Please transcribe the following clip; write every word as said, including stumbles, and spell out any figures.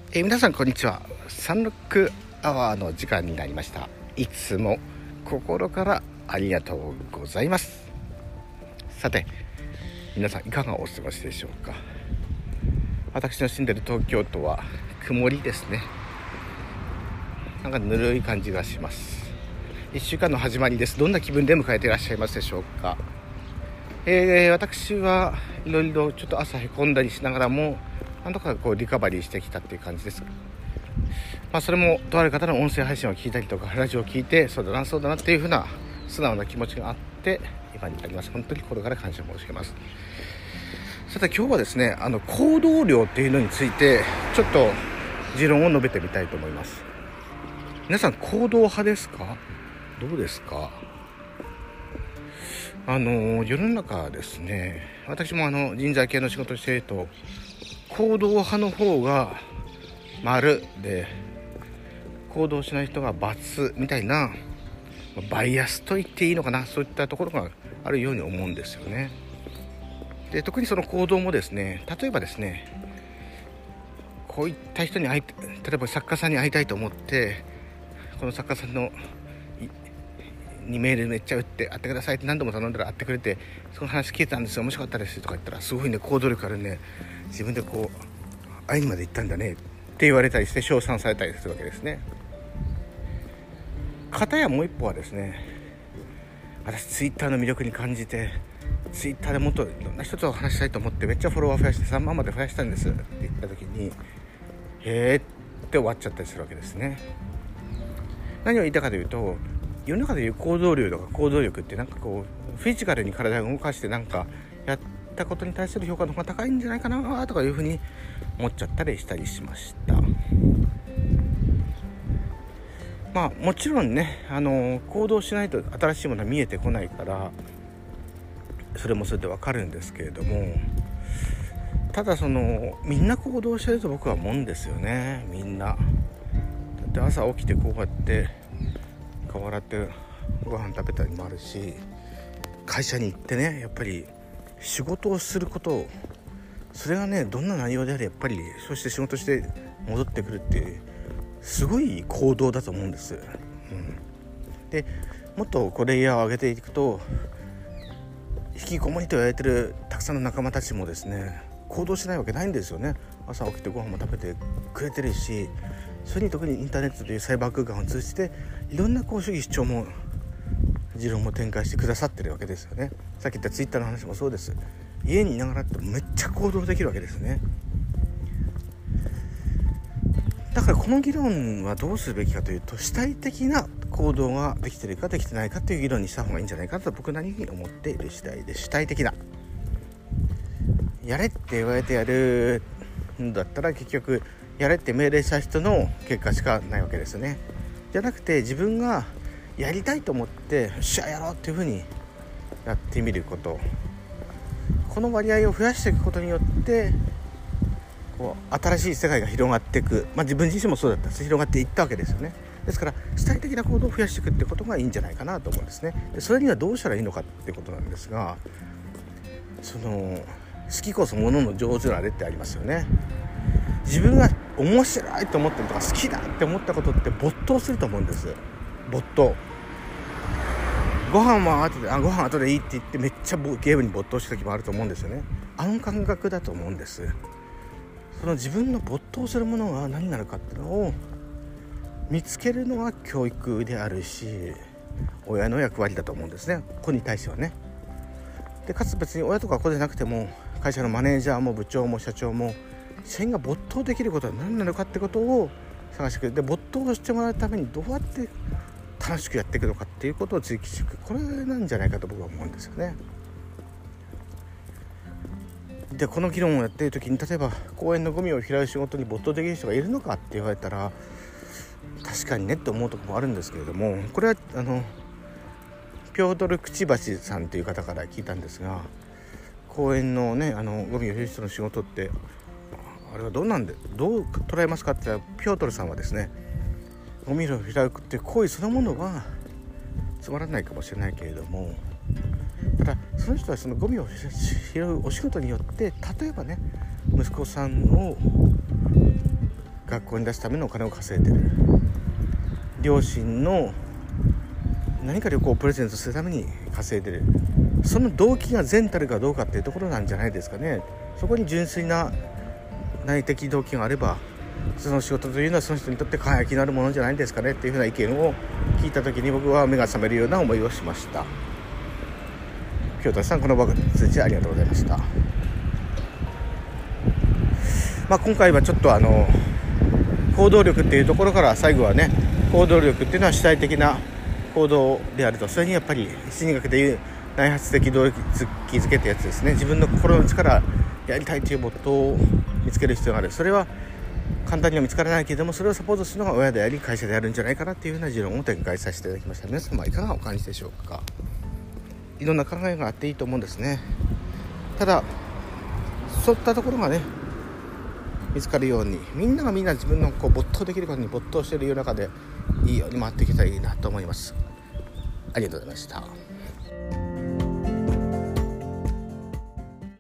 えー、皆さんこんにちは。サンロックアワーの時間になりました。いつも心からありがとうございます。さて皆さんいかがお過ごしでしょうか。私の住んでいる東京都は曇りですね。なんかぬるい感じがします。いっしゅうかんの始まりです。どんな気分で迎えていらっしゃいますでしょうか。えー、私はいろいろちょっと朝へこんだりしながらもなんとかこうリカバリーしてきたっていう感じです。まあそれもとある方の音声配信を聞いたりとかラジオを聞いてそうだなそうだなっていう風な素直な気持ちがあって今にあります。本当に心から感謝申し上げます。さて今日はですねあの行動量っていうのについてちょっと持論を述べてみたいと思います。皆さん行動派ですか？どうですか？あの世の中ですね、私もあの人材系の仕事をしていると行動派の方が丸で行動しない人が×みたいなバイアスと言っていいのかな、そういったところがあるように思うんですよね。で特にその行動もですね、例えばですねこういった人に会い例えば作家さんに会いたいと思ってこの作家さんのにメールめっちゃ打って会ってくださいって何度も頼んだら会ってくれて、その話聞いたんですよ、面白かったですとか言ったらすごいね行動力あるね、自分でこう会いにまで行ったんだねって言われたりして称賛されたりするわけですね。片やもう一方はですね、私ツイッターの魅力に感じてツイッターでもっといろんな人と話したいと思ってめっちゃフォロワー増やしてさんまんまで増やしたんですって言った時にへーって終わっちゃったりするわけですね。何を言いたいかというと、世の中でいう行動量とか行動力ってなんかこうフィジカルに体を動かしてなんかやったことに対する評価の方が高いんじゃないかなとかいうふうに思っちゃったりしたりしました。まあもちろんね、あの行動しないと新しいものは見えてこないからそれもそれでわかるんですけれども、ただそのみんな行動してると僕は思うんですよね。みんなだって朝起きてこうやって顔洗ってご飯食べたりもあるし、会社に行ってねやっぱり仕事をすることを、それがねどんな内容であれやっぱりそして仕事して戻ってくるっていうすごい行動だと思うんです、うん、でもっとこうレイヤーを上げていくと引きこもりと言われてるたくさんの仲間たちもですね行動しないわけないんですよね。朝起きてご飯も食べてくれてるし、それに特にインターネットというサイバー空間を通じていろんなこう主義主張も持論も展開してくださってるわけですよね。さっき言ったツイッターの話もそうです。家にいながらってめっちゃ行動できるわけですね。だからこの議論はどうするべきかというと、主体的な行動ができているかできてないかという議論にした方がいいんじゃないかと僕なりに思っている次第で、主体的なやれって言われてやるんだったら結局やれって命令した人の結果しかないわけですよね。じゃなくて自分がやりたいと思ってよっしゃやろうっていう風にやってみること、この割合を増やしていくことによってこう新しい世界が広がっていく、まあ、自分自身もそうだったんです。広がっていったわけですよね。ですから主体的な行動を増やしていくってことがいいんじゃないかなと思うんですね。でそれにはどうしたらいいのかってことなんですが、その好きこそものの上手なれってありますよね。自分が面白いと思ってるとか好きだって思ったことって没頭すると思うんです。没頭。ご飯は後であご飯後でいいって言ってめっちゃゲームに没頭した時もあると思うんですよね。あの感覚だと思うんです。その自分の没頭するものが何なのかっていうのを見つけるのは教育であるし親の役割だと思うんですね、子に対してはね。でかつ別に親とか子でなくても会社のマネージャーも部長も社長も社員が没頭できることは何なのかってことを探してくれて、没頭してもらうためにどうやって楽しくやっていくのかっていうことを追求していく、これなんじゃないかと僕は思うんですよね。でこの議論をやっている時に例えば公園のゴミを拾う仕事に没頭できる人がいるのかって言われたら確かにねって思うところもあるんですけれども、これはあのピョードル・クチバチさんという方から聞いたんですが、公園のねあのゴミを拾う人の仕事ってあれはどうなんでどう捉えますかって言ったら、ピョートルさんはですね、ゴミを拾うっていう行為そのものはつまらないかもしれないけれども、ただその人はそのゴミを拾うお仕事によって例えばね息子さんを学校に出すためのお金を稼いでる、両親の何か旅行をプレゼントするために稼いでる、その動機が善たるかどうかっていうところなんじゃないですかね。そこに純粋な内的動機があれば、その仕事というのはその人にとって輝きのあるものじゃないですかねっていうふうな意見を聞いたときに、僕は目が覚めるような思いをしました。京都さん、この場についてありがとうございました。まあ、今回はちょっとあの行動力っていうところから、最後はね、行動力っていうのは主体的な行動であると、それにやっぱり心理学でいう内発的動機づけたやつですね。自分の心の力やりたいというモットーを見つける必要がある。それは簡単には見つからないけれども、それをサポートするのが親であり会社であるんじゃないかなっていうような持論を展開させていただきました。皆様いかがお感じでしょうか。いろんな考えがあっていいと思うんですね。ただそういったところがね見つかるように、みんながみんな自分のこう没頭できることに没頭している世の中でいいように回っていけたらいいなと思います。ありがとうございました。